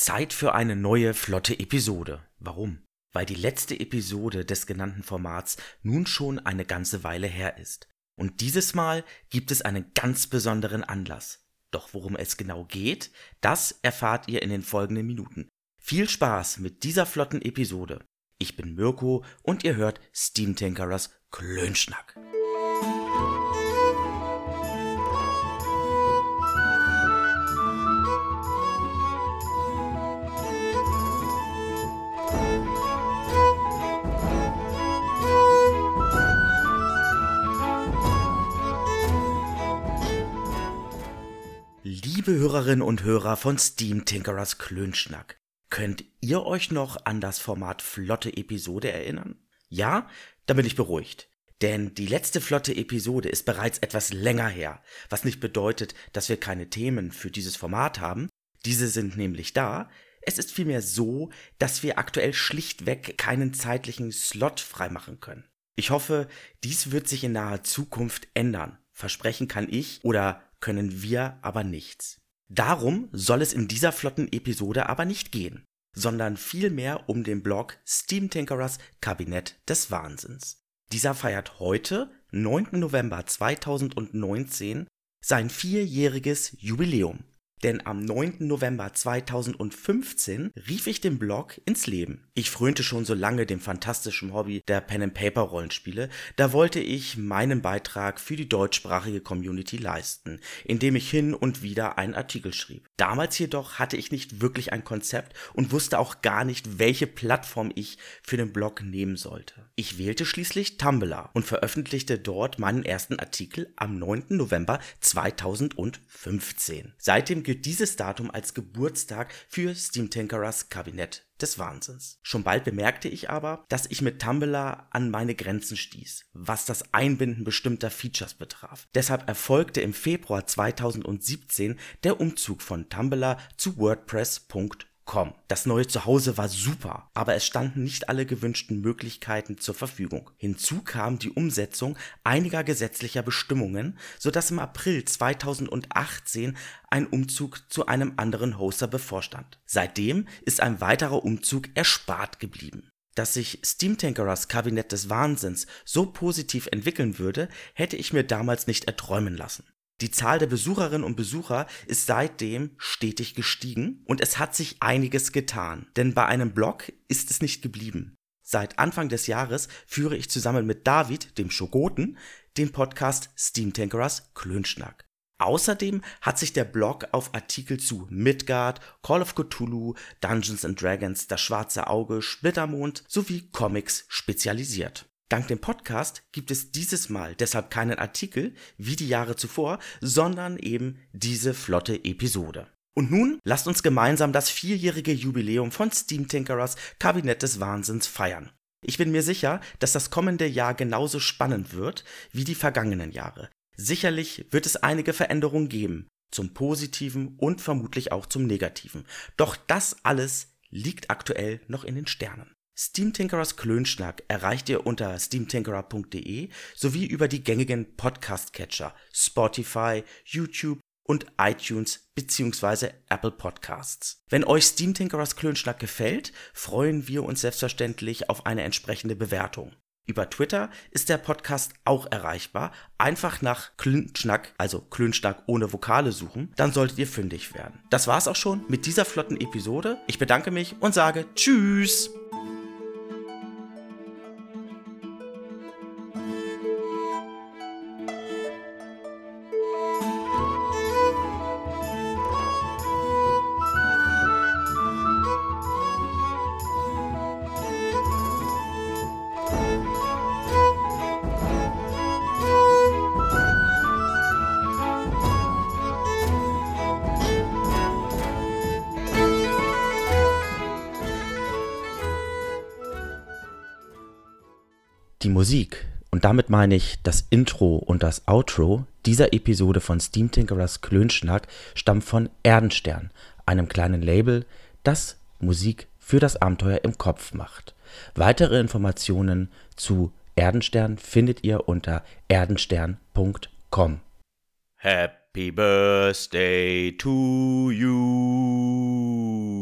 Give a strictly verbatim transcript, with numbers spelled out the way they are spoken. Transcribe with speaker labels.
Speaker 1: Zeit für eine neue flotte Episode. Warum? Weil die letzte Episode des genannten Formats nun schon eine ganze Weile her ist. Und dieses Mal gibt es einen ganz besonderen Anlass. Doch worum es genau geht, das erfahrt ihr in den folgenden Minuten. Viel Spaß mit dieser flotten Episode. Ich bin Mirko und ihr hört Steamtinkerers Klönschnack. Liebe Hörerinnen und Hörer von Steamtinkerers Klönschnack, könnt ihr euch noch an das Format Flotte Episode erinnern? Ja, dann bin ich beruhigt. Denn die letzte flotte Episode ist bereits etwas länger her, was nicht bedeutet, dass wir keine Themen für dieses Format haben. Diese sind nämlich da. Es ist vielmehr so, dass wir aktuell schlichtweg keinen zeitlichen Slot freimachen können. Ich hoffe, dies wird sich in naher Zukunft ändern. Versprechen kann ich oder können wir aber nichts. Darum soll es in dieser flotten Episode aber nicht gehen, sondern vielmehr um den Blog Steamtinkerers Kabinett des Wahnsinns. Dieser feiert heute, neunten November zweitausendneunzehn, sein vierjähriges Jubiläum. Denn am neunten November zweitausendfünfzehn rief ich den Blog ins Leben. Ich frönte schon so lange dem fantastischen Hobby der Pen-and-Paper-Rollenspiele, da wollte ich meinen Beitrag für die deutschsprachige Community leisten, indem ich hin und wieder einen Artikel schrieb. Damals jedoch hatte ich nicht wirklich ein Konzept und wusste auch gar nicht, welche Plattform ich für den Blog nehmen sollte. Ich wählte schließlich Tumblr und veröffentlichte dort meinen ersten Artikel am neunten November zweitausendfünfzehn. Seitdem gilt dieses Datum als Geburtstag für Steamtinkerers Kabinett des Wahnsinns. Schon bald bemerkte ich aber, dass ich mit Tumblr an meine Grenzen stieß, was das Einbinden bestimmter Features betraf. Deshalb erfolgte im Februar zweitausendsiebzehn der Umzug von Tumblr zu WordPress punkt com. Das neue Zuhause war super, aber es standen nicht alle gewünschten Möglichkeiten zur Verfügung. Hinzu kam die Umsetzung einiger gesetzlicher Bestimmungen, sodass im April zweitausendachtzehn ein Umzug zu einem anderen Hoster bevorstand. Seitdem ist ein weiterer Umzug erspart geblieben. Dass sich Steamtinkerers Kabinett des Wahnsinns so positiv entwickeln würde, hätte ich mir damals nicht erträumen lassen. Die Zahl der Besucherinnen und Besucher ist seitdem stetig gestiegen und es hat sich einiges getan, denn bei einem Blog ist es nicht geblieben. Seit Anfang des Jahres führe ich zusammen mit David, dem Schogoten, den Podcast Steamtinkerers Klönschnack. Außerdem hat sich der Blog auf Artikel zu Midgard, Call of Cthulhu, Dungeons and Dragons, Das Schwarze Auge, Splittermond sowie Comics spezialisiert. Dank dem Podcast gibt es dieses Mal deshalb keinen Artikel wie die Jahre zuvor, sondern eben diese flotte Episode. Und nun lasst uns gemeinsam das vierjährige Jubiläum von Steamtinkerers Kabinett des Wahnsinns feiern. Ich bin mir sicher, dass das kommende Jahr genauso spannend wird wie die vergangenen Jahre. Sicherlich wird es einige Veränderungen geben, zum Positiven und vermutlich auch zum Negativen. Doch das alles liegt aktuell noch in den Sternen. Steamtinkerers Klönschnack erreicht ihr unter steamtinkerer punkt de sowie über die gängigen Podcast-Catcher Spotify, YouTube und iTunes bzw. Apple Podcasts. Wenn euch Steamtinkerers Klönschnack gefällt, freuen wir uns selbstverständlich auf eine entsprechende Bewertung. Über Twitter ist der Podcast auch erreichbar. Einfach nach Klönschnack, also Klönschnack ohne Vokale suchen, dann solltet ihr fündig werden. Das war's auch schon mit dieser flotten Episode. Ich bedanke mich und sage Tschüss! Die Musik, und damit meine ich das Intro und das Outro dieser Episode von Steamtinkerers Klönschnack, stammt von Erdenstern, einem kleinen Label, das Musik für das Abenteuer im Kopf macht. Weitere Informationen zu Erdenstern findet ihr unter erdenstern punkt com. Happy Birthday to you.